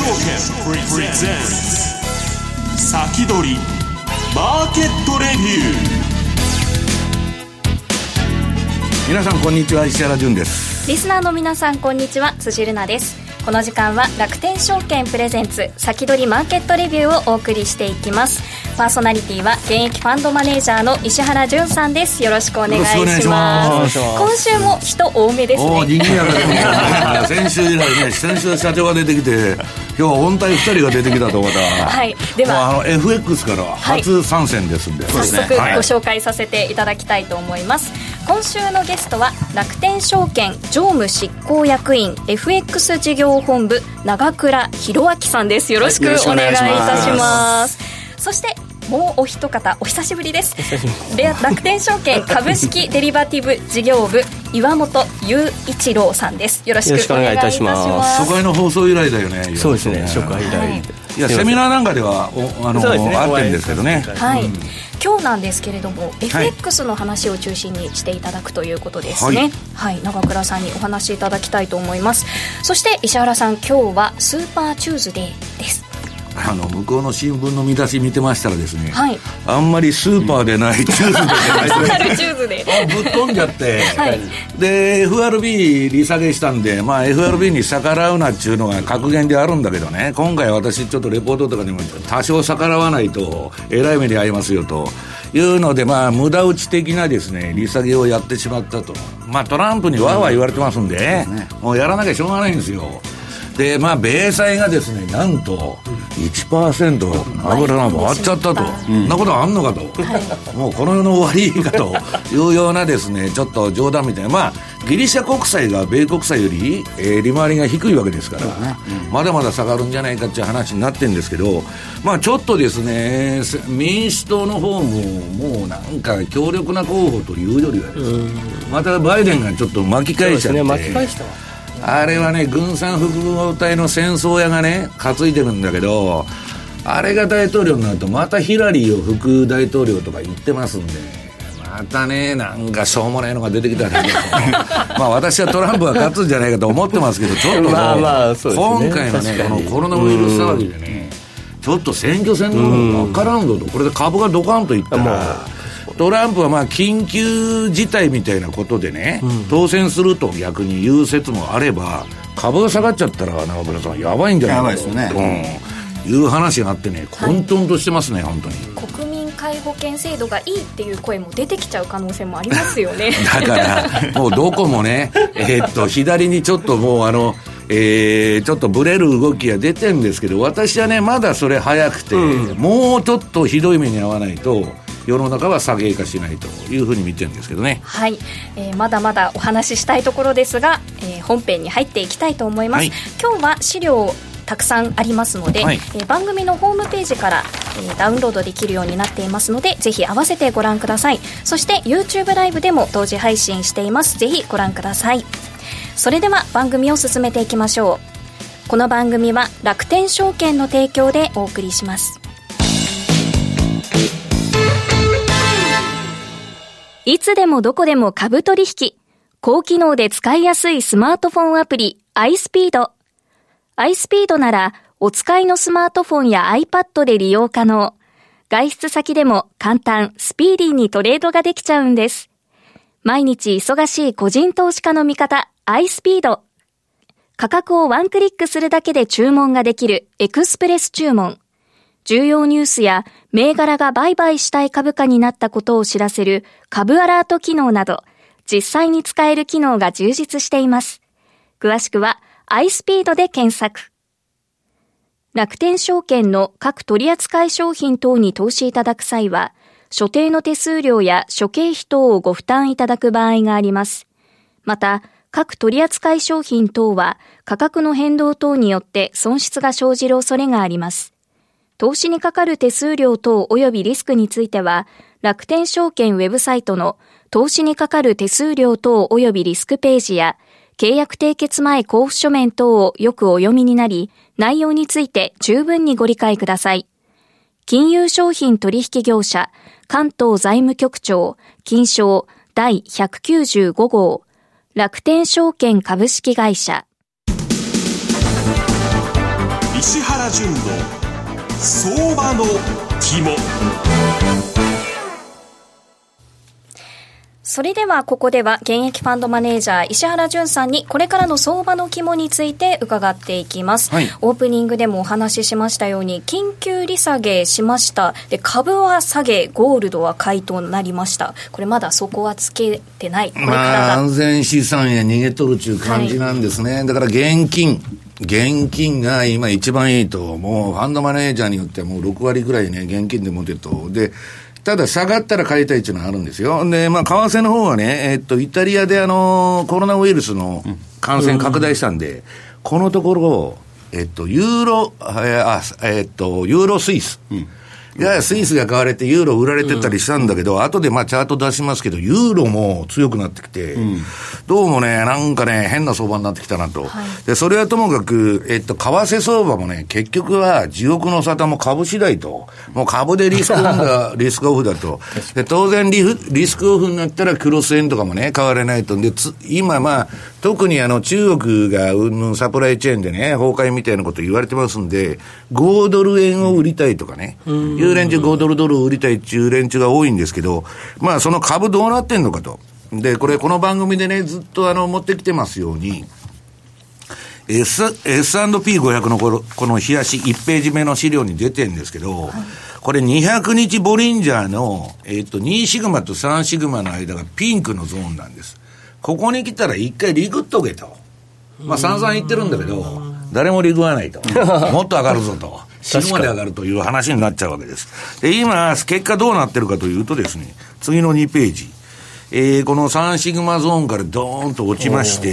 証券プレゼンツ先取りマーケットレビュー。 皆さんこんにちは、石原潤です。 リスナーの皆さんこんにちは、辻るなです。この時間は楽天証券プレゼンツ先取りマーケットレビューをお送りしていきます。パーソナリティは現役ファンドマネージャーの石原潤さんです。よろしくお願いします。今週も人多めですね。 賑やかで先週以来ね、先週社長が出てきて、今日は音体2人が出てきたとまた、 はい、では FX から初参戦ですんで、 早速ご紹介させていただきたいと思います。今週のゲストは楽天証券常務執行役員 FX 事業本部長倉弘明さんです。よろしくお願いいたします。そしてもうお一方、お久しぶりです。楽天証券株式デリバティブ事業部岩本雄一郎さんです。よろしくお願いいたします。 初回の放送以来だよね。 そうですね、初回以来、はい、 いやセミナーなんかではあってるんですけどね、 はい、今日なんですけれども、FX の話を中心にしていただくということですね。はい、長倉さんにお話しいただきたいと思います。そして石原さん、今日はスーパーチューズデーです。 向こうの新聞の見出し見てましたらですね、 はい、 あんまりスーパーでないチューズデーチューズデーぶっ飛んじゃって、 はい、 で FRB 利下げしたんで、FRB に逆らうなっていうのが格言であるんだけどね、今回私ちょっとレポートとかにも多少逆らわないとえらい目に遭いますよというので、無駄打ち的なですね利下げをやってしまったと、トランプにわーわー言われてますんで、もうやらなきゃしょうがないんですよ。で米債がですねなんと 1% 油が回っちゃったと、そんなことあんのかと、もうこの世の終わりかというようなですねちょっと冗談みたいな、ギリシャ国債が米国債より、利回りが低いわけですから、まだまだ下がるんじゃないかっていう話になってるんですけど、ちょっとですね民主党の方ももうなんか強力な候補というよりはですね、またバイデンがちょっと巻き返しちゃって、 巻き返したわ。 あれはね軍産複合体の戦争屋がね担いでるんだけど、あれが大統領になるとまたヒラリーを副大統領とか言ってますんで、またねなんかしょうもないのが出てきたり私はトランプが勝つんじゃないかと思ってますけど、ちょっとね今回のねこのコロナウイルス騒ぎでね、ちょっと選挙戦の分からんぞと、これで株がドカンといったらトランプは緊急事態みたいなことでね、当選すると逆に言う説もあれば、株が下がっちゃったら長倉さんやばいんじゃないかと、いう話があってね、混沌としてますね、本当に。 国民皆保険制度がいいっていう声も出てきちゃう可能性もありますよねだからもうどこもね左にちょっともうちょっとブレる動きが出てるんですけど、私はねまだそれ早くて、もうちょっとひどい目に遭わないと世の中は下げ化しないというふうに見てるんですけどね。 はい、まだまだお話ししたいところですが、本編に入っていきたいと思います。今日は資料たくさんありますので、番組のホームページから、ダウンロードできるようになっていますので、ぜひ合わせてご覧ください。そして YouTube ライブでも同時配信しています。ぜひご覧ください。それでは番組を進めていきましょう。この番組は楽天証券の提供でお送りします。いつでもどこでも株取引。高機能で使いやすいスマートフォンアプリ iSpeed。iSpeed ならお使いのスマートフォンや iPad で利用可能。外出先でも簡単、スピーディーにトレードができちゃうんです。毎日忙しい個人投資家の味方 iSpeed。価格をワンクリックするだけで注文ができるエクスプレス注文。重要ニュースや銘柄が売買したい株価になったことを知らせる株アラート機能など、実際に使える機能が充実しています。詳しくは iSpeed で検索。楽天証券の各取扱商品等に投資いただく際は、所定の手数料や諸経費等をご負担いただく場合があります。また、各取扱商品等は価格の変動等によって損失が生じる恐れがあります。投資にかかる手数料等及びリスクについては、楽天証券ウェブサイトの投資にかかる手数料等及びリスクページや、契約締結前交付書面等をよくお読みになり、内容について十分にご理解ください。金融商品取引業者、関東財務局長、金商第195号、楽天証券株式会社。 石原淳の相場の肝。 それではここでは現役ファンドマネージャー石原淳さんにこれからの相場の肝について伺っていきます、はい、オープニングでもお話ししましたように緊急利下げしました。で株は下げ、ゴールドは買いとなりました。これまだ底はつけてない。これからが、 安全資産へ逃げとるという感じなんですね、はい、だから現金が今一番いいと。もうファンドマネージャーによってはもう6割ぐらいね現金で持てると。でただ下がったら買いたいっていうのがあるんですよ。で、為替の方はね、イタリアでコロナウイルスの感染拡大したんで、このところ、ユーロスイス。スイスが買われてユーロ売られてたりしたんだけど、後でチャート出しますけど、ユーロも強くなってきて、どうもね、なんかね、変な相場になってきたなと。はい、で、それはともかく、為替相場もね、結局は地獄の沙汰も株次第と。もう株でリスクオンだ、リスクオフだと。で、当然リスクオフになったらクロス円とかもね、買われないと。で、今特に中国がサプライチェーンでね、崩壊みたいなこと言われてますんで、5ドル円を売りたいとかね、いう連中5ドルドルを売りたいっていう連中が多いんですけど、その株どうなってんのかと。で、この番組でね、ずっと持ってきてますように、S&P500 のこの冷やし1ページ目の資料に出てるんですけど、はい、これ200日ボリンジャーの、2シグマと3シグマの間がピンクのゾーンなんです。ここに来たら一回リグっとけと。散々言ってるんだけど、誰もリグわないと。もっと上がるぞと。死ぬまで上がるという話になっちゃうわけです。で、今、結果どうなってるかというとですね、次の2ページ。この3シグマゾーンからドーンと落ちまして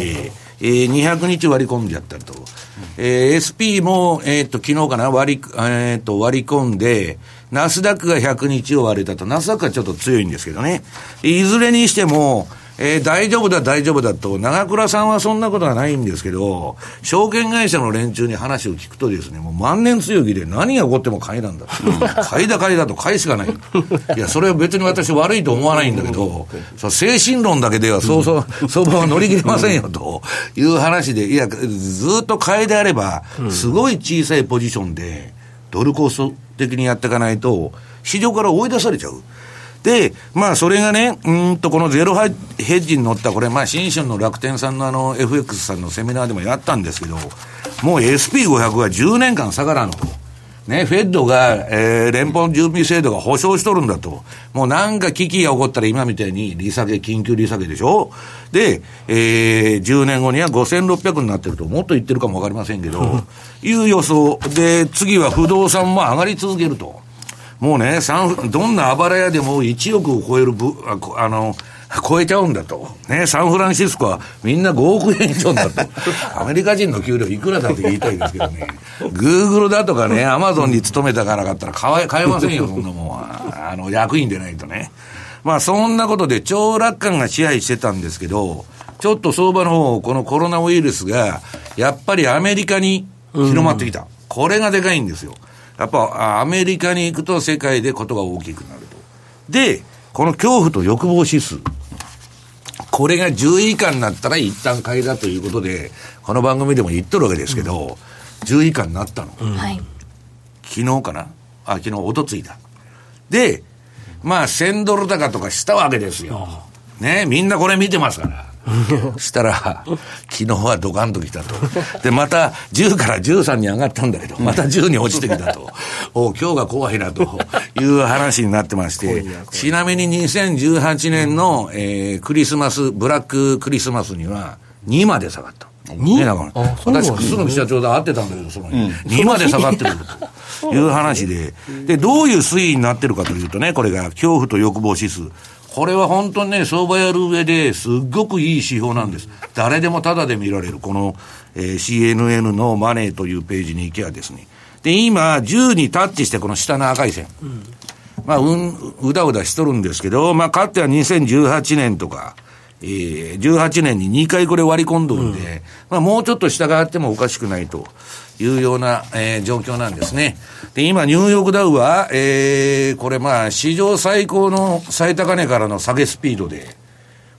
、200日割り込んじゃったと。SP も、昨日かな、割り込んで、ナスダックが100日を割れたと。ナスダックはちょっと強いんですけどね。いずれにしても、大丈夫だと、長倉さんはそんなことはないんですけど、証券会社の連中に話を聞くとですね、もう万年強気で何が起こっても買いなんだ。買いだと買いしかない。いや、それは別に私悪いと思わないんだけど、精神論だけでは相場は乗り切れませんよという話で、いや、ずっと買いであれば、すごい小さいポジションで、ドルコスト的にやっていかないと、市場から追い出されちゃう。で、それがね、このゼロヘッジに乗った、これ、新春の楽天さんのFX さんのセミナーでもやったんですけど、もう SP500 は10年間下がらんと。ね、フェッドが、連邦準備制度が保証しとるんだと。もうなんか危機が起こったら今みたいに緊急利下げでしょ。で、10年後には5600になってると、もっと言ってるかもわかりませんけど、いう予想。で、次は不動産も上がり続けると。もうね、どんなあばら屋でも1億を超える超えちゃうんだと。ね、サンフランシスコはみんな5億円以上だと。アメリカ人の給料いくらだって言いたいですけどね。グーグルだとかね、アマゾンに勤めたからかったら買えませんよ、そんなもんは。役員でないとね。そんなことで超楽観が支配してたんですけど、ちょっと相場の方、このコロナウイルスが、やっぱりアメリカに広まってきた。これがでかいんですよ。やっぱアメリカに行くと世界でことが大きくなると。で、この恐怖と欲望指数。これが10位以下になったら一旦買いだということで、この番組でも言っとるわけですけど、10位以下になったの。昨日かな？昨日、おとついだ。で、1000ドル高とかしたわけですよ。ね、みんなこれ見てますから。したら、昨日はドカンと来たと。で、また10から13に上がったんだけど、また10に落ちてきたと。今日が怖いなという話になってまして、ちなみに2018年の、クリスマス、ブラッククリスマスには2まで下がった。ね、だから私、楠木社長と会ってたんだけど、その2まで下がってるという話で、で、どういう推移になってるかというとね、これが恐怖と欲望指数。これは本当にね、相場やる上ですっごくいい指標なんです。誰でもタダで見られる、この、CNN のマネーというページに行けばですね。で、今、10にタッチしてこの下の赤い線。うだうだしとるんですけど、かつては2018年とか、18年に2回これ割り込んどるんで、もうちょっと下があってもおかしくないというような、状況なんですね。で、今、ニューヨークダウは、これ史上最高の最高値からの下げスピードで、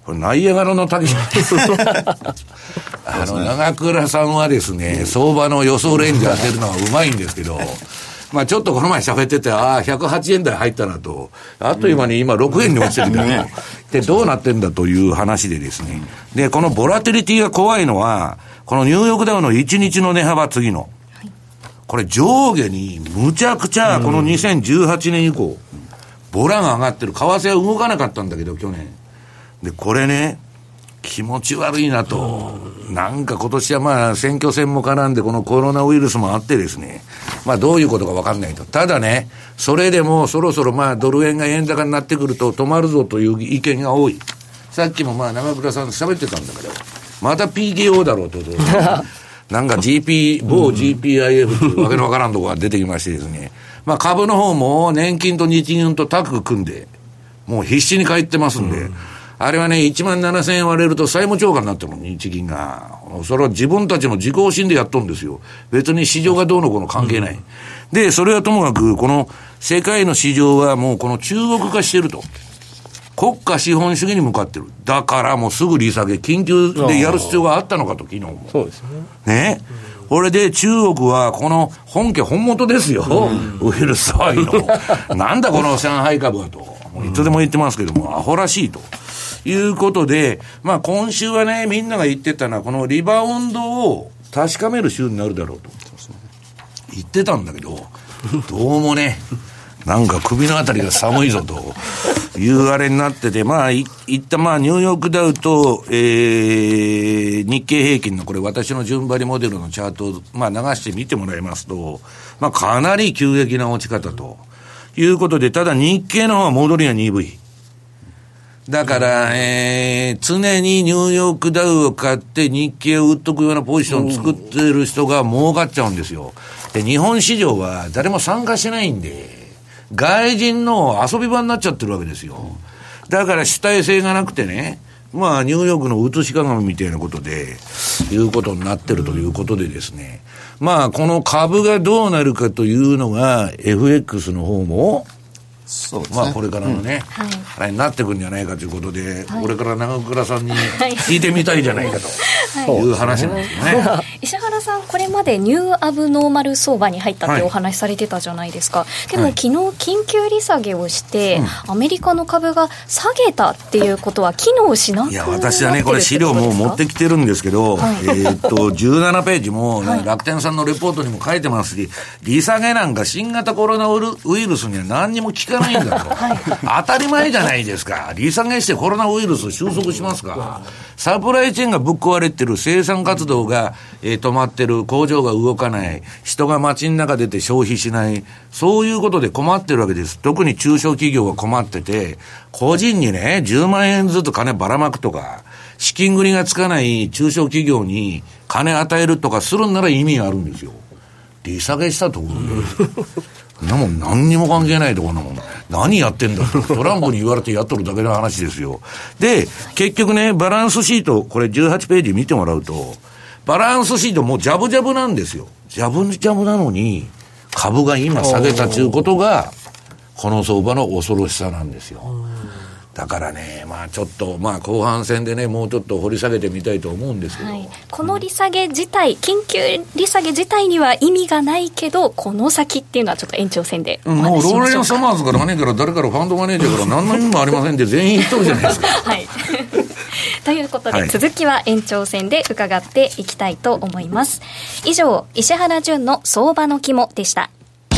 これナイアガラの滝じゃない長倉さんはですね、相場の予想レンジ当てるのはうまいんですけど、まあちょっとこの前喋ってて、108円台入ったなと、あっという間に今6円に落ちてるんだと。で、どうなってんだという話でですね。で、このボラティリティが怖いのは、このニューヨークダウの1日の値幅次の。これ上下にむちゃくちゃこの2018年以降、ボラが上がってる。為替は動かなかったんだけど、去年。で、これね、気持ち悪いなと。なんか今年はまあ選挙戦も絡んでこのコロナウイルスもあってですね。まあどういうことかわかんないと。ただね、それでもそろそろまあドル円が円高になってくると止まるぞという意見が多い。さっきもまあ長倉さん喋ってたんだけど、また PKO だろうと。なんか某 GPIF というわけのわからんところが出てきましてですね。まあ株の方も年金と日銀とタッグ組んで、もう必死に帰ってますんで、あれはね、17,000円割れると債務超過になってるの、日銀が。それは自分たちの自己心でやっとんですよ。別に市場がどうのこうの関係ない。で、それはともかく、この世界の市場はもうこの中国化してると。国家資本主義に向かってる。だからもうすぐ利下げ、緊急でやる必要があったのかと、昨日も。 そうですね。 ね。これで中国はこの本家本元ですよ。ウイルス騒ぎの。なんだこの上海株はと。いつでも言ってますけども、アホらしいと。いうことで、まあ今週はね、みんなが言ってたのは、このリバウンドを確かめる週になるだろうと。言ってたんだけど、どうもね、なんか首のあたりが寒いぞというあれになってて、まあ、いったまあニューヨークダウと、日経平均のこれ私の順張りモデルのチャートをまあ流してみてもらいますと、まあかなり急激な落ち方ということで、ただ日経の方は戻りが鈍い。だから、常にニューヨークダウを買って日経を売っとくようなポジションを作ってる人が儲かっちゃうんですよ。で、日本市場は誰も参加しないんで、外人の遊び場になっちゃってるわけですよ。だから主体性がなくてね、まあニューヨークの映し鏡みたいなことで、いうことになってるということでですね。まあこの株がどうなるかというのが FX の方も、 そうですね。 まあこれからのね、あれになってくるんじゃないかということで、これから長倉さんに聞いてみたいじゃないかという話なんですよね。 石原さん、これまでニューアブノーマル相場に入ったってお話されてたじゃないですか。でも昨日緊急利下げをして、アメリカの株が下げたっていうことは機能しなくなってるってことですか？ いや、私はね、これ資料もう持ってきてるんですけど、17ページも、ね、楽天さんのレポートにも書いてますし、利下げなんか新型コロナウイルスには何にも効かないんだと。当たり前じゃないですか。利下げしてコロナウイルス収束しますか。サプライチェーンがぶっ壊れてる、生産活動が、止まってる、工場が動かない、人が街の中出て消費しない、そういうことで困ってるわけです。特に中小企業が困ってて、個人にね、10万円ずつ金ばらまくとか、資金繰りがつかない中小企業に金与えるとかするんなら意味があるんですよ。利下げしたところで。なもん何にも関係ないところなもん。何やってんだと。トランプに言われてやっとるだけの話ですよ。で、結局ね、バランスシート、これ18ページ見てもらうと、バランスシートもうジャブジャブなんですよ。ジャブジャブなのに、株が今下げたということが、この相場の恐ろしさなんですよ。だからね、まあちょっと、まあ後半戦でね、もうちょっと掘り下げてみたいと思うんですけど、 この利下げ自体、緊急利下げ自体には意味がないけど、この先っていうのはちょっと延長戦でお話ししましょうか。 もうローレン・サマーズから何から誰からファンドマネージャーから何の意味もありませんって全員言っとるじゃないですか。 はいということで、続きは延長戦で伺っていきたいと思います。以上、石原潤の相場の肝でした。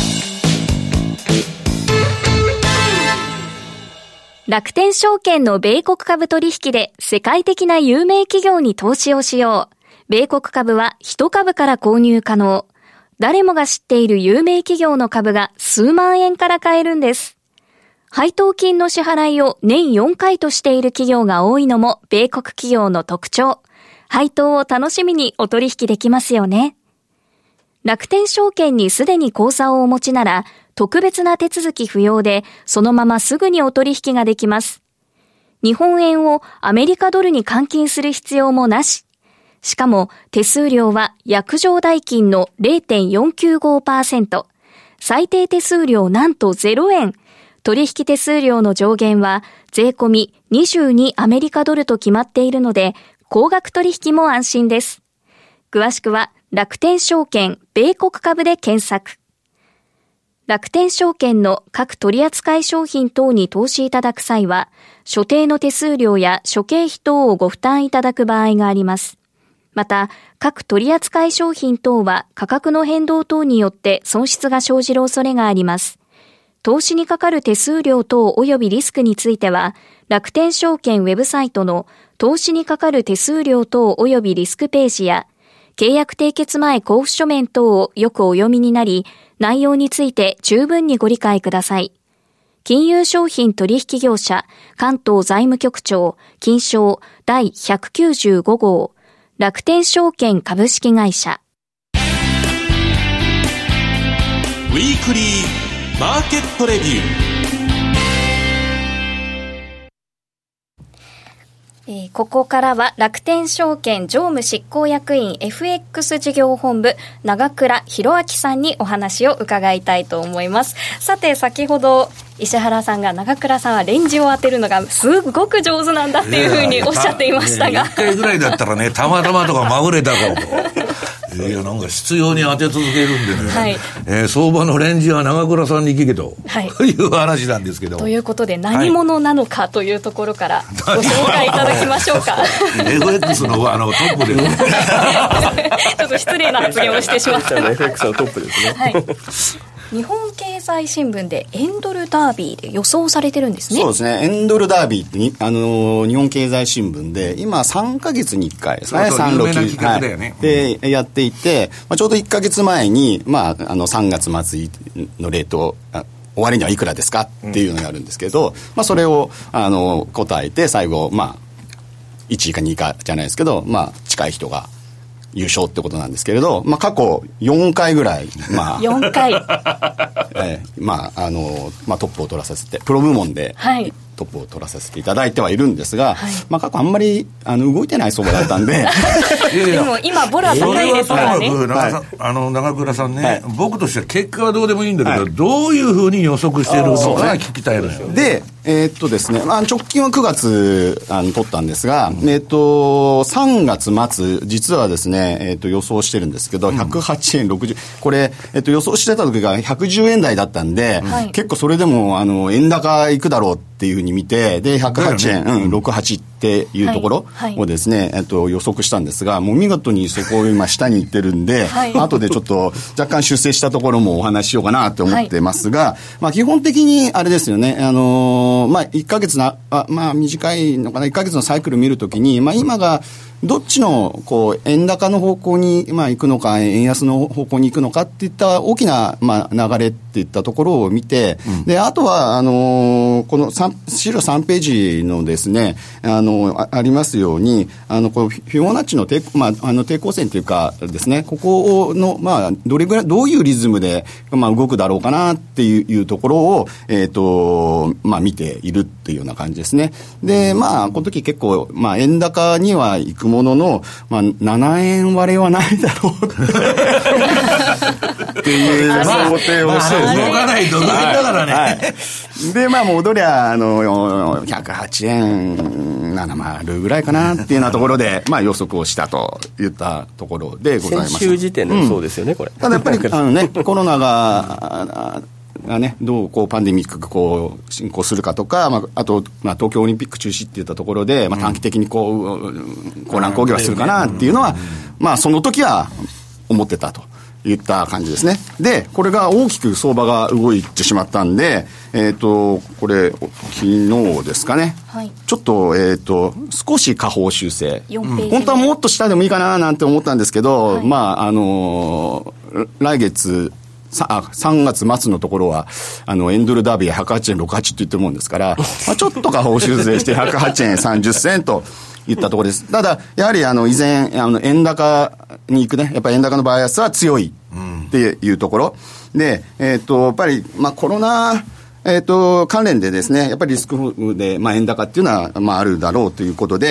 楽天証券の米国株取引で世界的な有名企業に投資をしよう。米国株は1株から購入可能。誰もが知っている有名企業の株が数万円から買えるんです。配当金の支払いを年4回としている企業が多いのも米国企業の特徴。配当を楽しみにお取引できますよね。楽天証券にすでに口座をお持ちなら、特別な手続き不要で、そのまますぐにお取引ができます。日本円をアメリカドルに換金する必要もなし。しかも手数料は約定代金の 0.495%。最低手数料なんと0円。 取引手数料の上限は税込み22アメリカドルと決まっているので、高額取引も安心です。詳しくは楽天証券米国株で検索。楽天証券の各取扱商品等に投資いただく際は、所定の手数料や諸経費等をご負担いただく場合があります。また、各取扱商品等は価格の変動等によって損失が生じる恐れがあります。投資にかかる手数料等及びリスクについては、楽天証券ウェブサイトの投資にかかる手数料等及びリスクページや、契約締結前交付書面等をよくお読みになり、内容について十分にご理解ください。金融商品取引業者関東財務局長金商第195号楽天証券株式会社。 ウィークリーマーケットレビュー。 ここからは楽天証券常務執行役員 FX 事業本部長倉弘明さんにお話を伺いたいと思います。さて、先ほど石原さんが長倉さんはレンジを当てるのがすごく上手なんだっていうふうにおっしゃっていましたが、 1回ぐらいだったらね、たまたまとかまぐれだからといや、なんか必要に当て続けるんでね、はい、相場のレンジは長倉さんに聞けと、はい、いう話なんですけど、 ということで何者なのかというところからご紹介いただきましょうか。 FX のトップですね。 ちょっと失礼な発言をしてしまった。 FX のトップですね。はい、 日本経済新聞でエンドルダービーで予想されてるんですね。 そうですね。エンドルダービーって日本経済新聞で今3ヶ月に1回ですね。369、はい、でやっていて、ちょうど1ヶ月前に、3月末のレート終わりにはいくらですかっていうのがあるんですけど、それを答えて最後1位か2位かじゃないですけど、近い人が優勝ってことなんですけれど、過去4回ぐらい、 4回トップを取らさせて、プロ部門でトップを取らさせていただいてはいるんですが、過去あんまり動いてない相場だったんででも今ボラ高いですからね。 長倉さんね、はい、僕としては結果はどうでもいいんだけど、はい、どういうふうに予測しているのか聞きたいのよ。 でですね、直近は9月取ったんですが、3月末実はですね、予想してるんですけど、108円60、これ、予想してた時が110円台だったんで、はい、結構それでも円高いくだろうっていうふうに見て、で108円、68っていうところをですね、予測したんですが、もう見事にそこを今下に行ってるんで、はい、後でちょっと若干修正したところもお話ししようかなと思ってますが、はい、基本的にあれですよね、1ヶ月短いのかな、1ヶ月のサイクル見るときに、今がどっちの円高の方向に行くのか、円安の方向に行くのかっていった大きな流れっていったところを見て、であとはこの資料3ページのですね、ありますようにこのフィボナッチの抵抗線というかですね、ここのどれぐらいどういうリズムで動くだろうかなっていうところを見ているっていうような感じですね。でこの時結構円高には行くものの、7円割れはないだろうっていう想定をしてですね、 動かないと動かないだからね、はい、 で戻りゃ108円70ぐらいかなっていうようなところで予測をしたといったところでございます。 先週時点でもそうですよね、これ。 ただやっぱりコロナがどうパンデミックが進行するかとか、あと東京オリンピック中止っていったところで、短期的に乱高下はするかなっていうのは、その時は思ってたといった感じですね。でこれが大きく相場が動いてしまったんで、これ昨日ですかね、はい、ちょっと少し下方修正、本当はもっと下でもいいかななんて思ったんですけど、はい、来月3月末のところはエンドルダービー108円68って言ってるもんですから、ちょっと下方修正して108円30銭といったところです。ただやはり依然円高に行くね、やっぱり円高のバイアスは強いっていうところで、やっぱりコロナ関連でですね、やっぱりリスクで円高っていうのはあるだろうということで、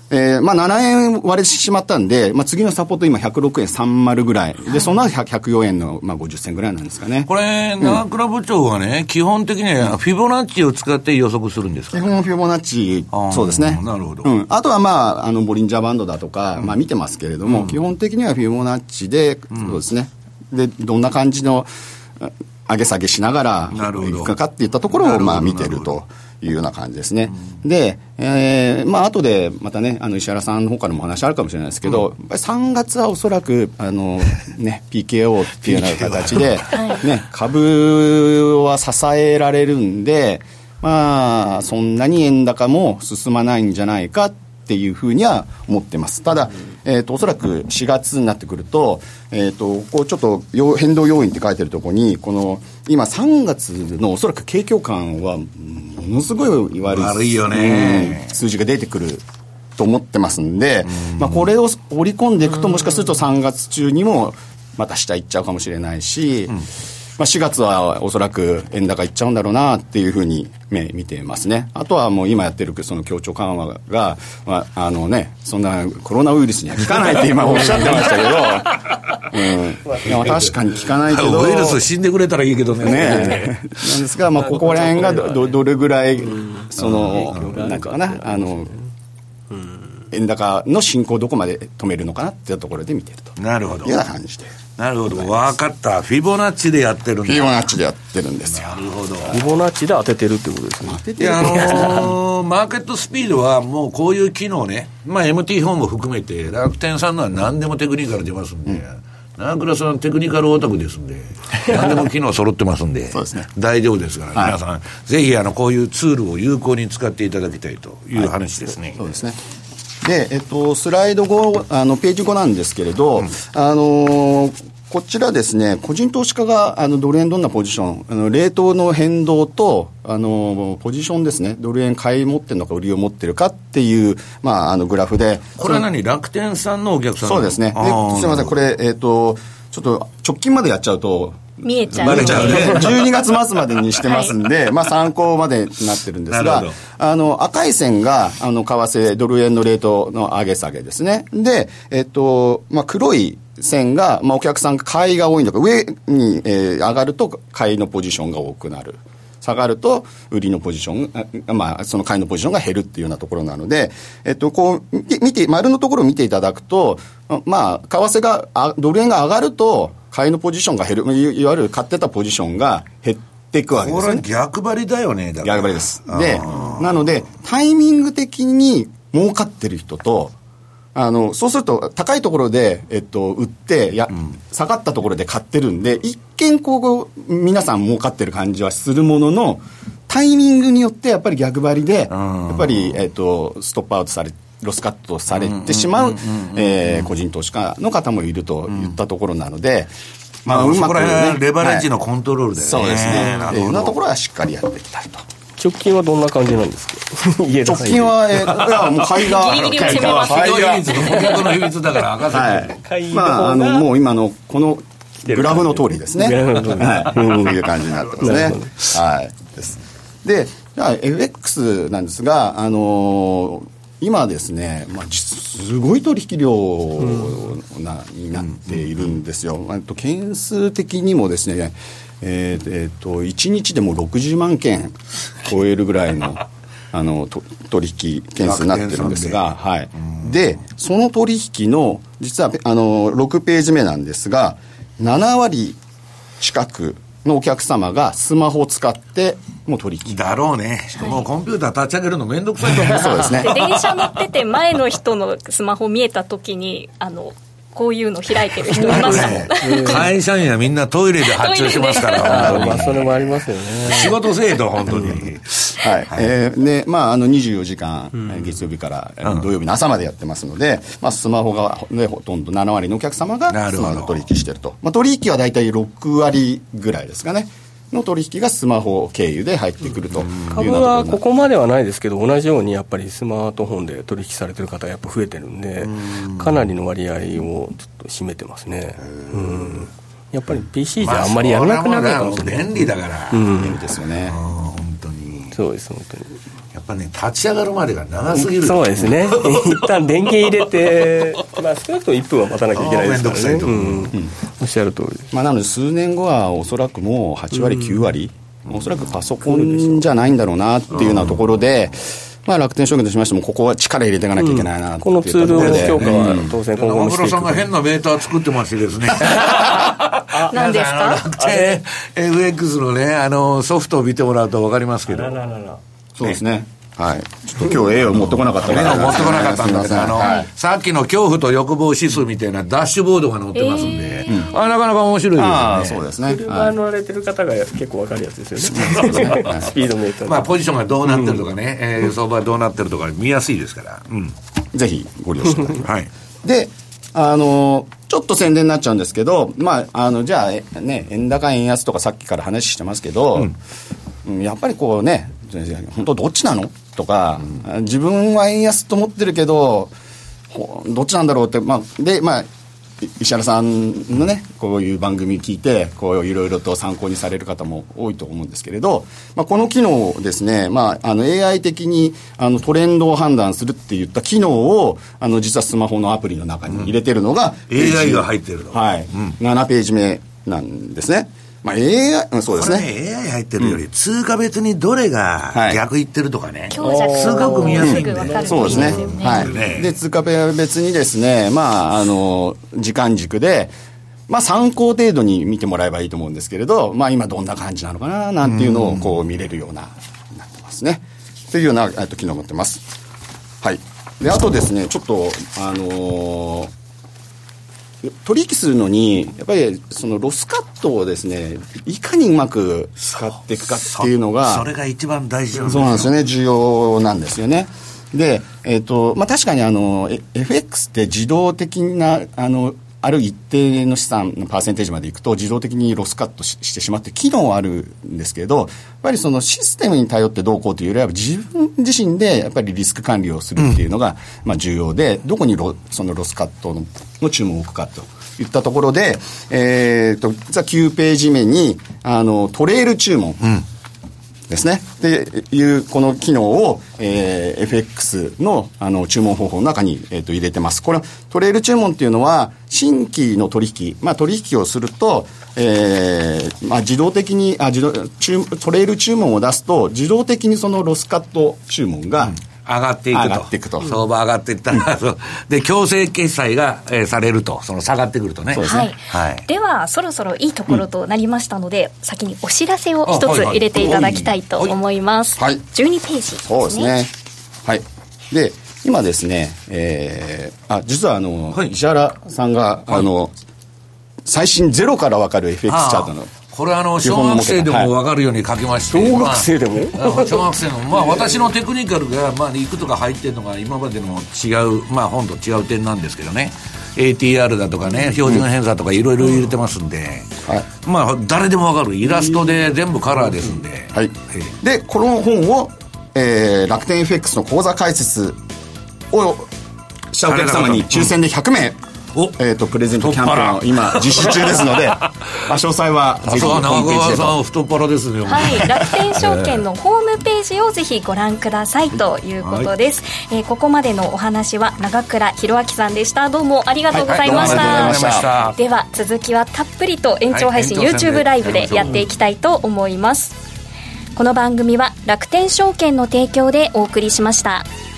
まあ7円割れてしまったんで、まあ次のサポート今106円30ぐらい。で、その後104円の、まあ50銭ぐらいなんですかね。 これ、長倉部長はね、基本的にはフィボナッチを使って予測するんですか？ 基本フィボナッチ、そうですね。 なるほど。 あとはまあ、ボリンジャーバンドだとか、まあ見てますけれども、基本的にはフィボナッチで、そうですね。で、どんな感じの上げ下げしながらいくかっていったところをまあ見てるというような感じですね。で、まあ後でまたね、石原さんの方からもお話あるかもしれないですけど、やっぱり3月はおそらくね、PKO っていうような形で、ね、株は支えられるんで、まあそんなに円高も進まないんじゃないかっていうふうには思ってます。ただ、おそらく4月になってくると、こうちょっと変動要因って書いてるところに、この今3月のおそらく景況感はものすごい悪いよね、 数字が出てくると思ってますんで、まあこれを織り込んでいくと、もしかすると3月中にもまた下行っちゃうかもしれないし、まあ、4月はおそらく円高いっちゃうんだろうなっていうふうに見てますね。あとはもう今やってるその協調緩和が、まあね、そんなコロナウイルスには効かないって今おっしゃってましたけど、いや確かに効かないけどウイルス死んでくれたらいいけどね。 なんですが、まあここら辺がどれぐらいそのなんかな円高の進行をどこまで止めるのかなっていうところで見てると。 なるほど。 いうような感じで。 なるほど、分かった。フィボナッチでやってるんだ。 フィボナッチでやってるんですよ。 なるほど。 フィボナッチで当ててるってことですね。 いや、マーケットスピードはもうこういう機能ね、まあ MT4 も含めて楽天さんのは何でもテクニカル出ますんで、長倉さんテクニカルオタクですんで、何でも機能揃ってますんでそうですね、 大丈夫ですから、皆さんぜひこういうツールを有効に使っていただきたいという話ですね。 そうですね。で、スライド5、ページ5なんですけれど、こちらですね、個人投資家がドル円どんなポジション、レートの変動とポジションですね、ドル円買い持ってるのか売りを持ってるかっていう、まあ、グラフで。 これは何、楽天さんのお客さん？ そうですね。ですいません、これ、ちょっと直近までやっちゃうと見えちゃう。 バレちゃうね。 12月末までにしてますんで、まあ参考までになってるんですが、赤い線が為替ドル円のレートの上げ下げですね。で、まあ黒い線が、まあお客さんが買いが多いのか、上に、上がると買いのポジションが多くなる。下がると売りのポジション、まあその買いのポジションが減るっていうようなところなので、こう見て丸のところを見ていただくと、まあ為替がドル円が上がると買いのポジションが減る、いわゆる買ってたポジションが減っていくわけですね。 これは逆張りだよね。だから逆張りです。で、なのでタイミング的に儲かってる人と、そうすると高いところで、売って下がったところで買ってるんで、一見こう皆さん儲かってる感じはするものの、タイミングによってやっぱり逆張りで、やっぱり、ストップアウトされロスカットされてしまう個人投資家の方もいるといったところなので、 まあうまくね、レバレッジのコントロールで、ね、 そうですね。いろんなところはしっかりやっていきたいと。 直近はどんな感じなんですか？ 直近は、いやもう買いがギリギリを攻めます。 企業秘密と顧客の秘密だから明かせてる。 まあもう今のこのグラフの通りですね。はい、こういう感じになってますね。はい。です。で、じゃあ FX なんですが、今ですね、まあ、すごい取引量になっているんですよ。件数的にもですね、1日でも60万件超えるぐらいの取引件数になってるんですが、はい。で、その取引の実は6ページ目なんですが、7割近くのお客様がスマホを使ってもう取引だろうね、もうコンピューター立ち上げるのめんどくさいと思う。 そうですね。 で電車乗ってて前の人のスマホ見えた時にこういうの開いてる人いましたもん。 会社員はみんなトイレで発注してますからまあそれもありますよね。 仕事せえと本当に。 はい。で、まあ24時間、月曜日から土曜日の朝までやってますので、まあスマホが、ね、ほとんど7割のお客様がスマホ取引してると。まあ取引はだいたい6割ぐらいですかね。の取引がスマホ経由で入ってくるというようなところ。 株はここまではないですけど、同じようにやっぱりスマートフォンで取引されてる方がやっぱ増えてるんで、かなりの割合をちょっと占めてますね。やっぱり PC じゃあんまりやらなくなるかもしれない。 便利だから。 便利ですよね。 本当に。 そうです、本当に。 やっぱね立ち上がるまでが長すぎる。 そうですね一旦電源入れて、まあ、少なくとも1分は待たなきゃいけないですからね。おっしゃる通りです。 なので数年後はおそらくもう8割9割、おそらくパソコンじゃないんだろうなっていうようなところで、楽天証券としましてもここは力入れていかなきゃいけないなっていうこのツールの強化は当然今後もしていく。 中村さんが変なメーター作ってましてですね何ですか？ 楽天 FX のねソフトを見てもらうと分かりますけど、 そうですね、はい、ちょっと今日絵を持ってこなかった絵を持ってこなかったんだけど、さっきの恐怖と欲望指数みたいなダッシュボードが載ってますんで、なかなか面白いですよね。 そうですね、 車乗られてる方が結構分かるやつですよねスピードメーター、 ポジションがどうなってるとかね、相場がどうなってるとか見やすいですから、 ぜひご利用してください、 はい、 でちょっと宣伝になっちゃうんですけど、じゃあね、円高円安とかさっきから話してますけど、やっぱりこうね、本当どっちなのとか、自分は円安と思ってるけどどっちなんだろうって、石原さんのねこういう番組聞いてこういろいろと参考にされる方も多いと思うんですけれど、この機能をですね、AI 的にトレンドを判断するっていった機能を実はスマホのアプリの中に入れてるのが、 AI が入ってるの、 7ページ目なんですね。AI、そうですね。 これね、AI 入ってるより、通貨別にどれが逆いってるとかね、 強弱すごく見やすいんで、 そうですね。で、通貨別にですね、時間軸で、参考程度に見てもらえばいいと思うんですけれど、今どんな感じなのかな、なんていうのをこう見れるような、なってますね。というような機能を持ってます。はい。で、あとですね、ちょっと、取引するのにやっぱりそのロスカットをですねいかにうまく使っていくかっていうのがそれが一番大事なんですよ。 そうなんですよね、重要なんですよね。で、確かにFX って自動的なある一定の資産のパーセンテージまでいくと自動的にロスカットしてしまって機能はあるんですけど、やっぱりそのシステムに頼ってどうこうというよりは自分自身でやっぱりリスク管理をするっていうのが重要で、どこにそのロスカットの注文を置くかといったところで、実は9ページ目にトレール注文、ですね。っていうこの機能を、FX の注文方法の中に、入れてます。これトレール注文っていうのは新規の取引、取引をすると、自動的にトレール注文を出すと自動的にそのロスカット注文が、 上がっていくと相場上がっていったら、で強制決済が、されると、その下がってくるとね。 そうですね。 ではそろそろいいところとなりましたので、先にお知らせを一つ入れていただきたいと思います。12ページですね。 そうですね。はい。で今ですね、実は石原さんが、最新ゼロから分かる FX チャートのこれ小学生でも分かるように書きまして、 小学生でも、 小学生の私のテクニカルがいくとか入ってるのが今までの違う本と違う点なんですけどね、 ATR だとかね、標準偏差とかいろいろ入れてますんで、誰でも分かるイラストで全部カラーですんで、 でこの本を、楽天 FX の口座開設をしたお客様に抽選で100名、プレゼントキャンペーンを今実施中ですので詳細はぜひホームページでと。 太っ腹ですね。 楽天証券のホームページをぜひご覧くださいということです。ここまでのお話は長倉弘明さんでした。どうもありがとうございました。では続きはたっぷりと延長配信、YouTube ライブでやっていきたいと思います。この番組は楽天証券の提供でお送りしました。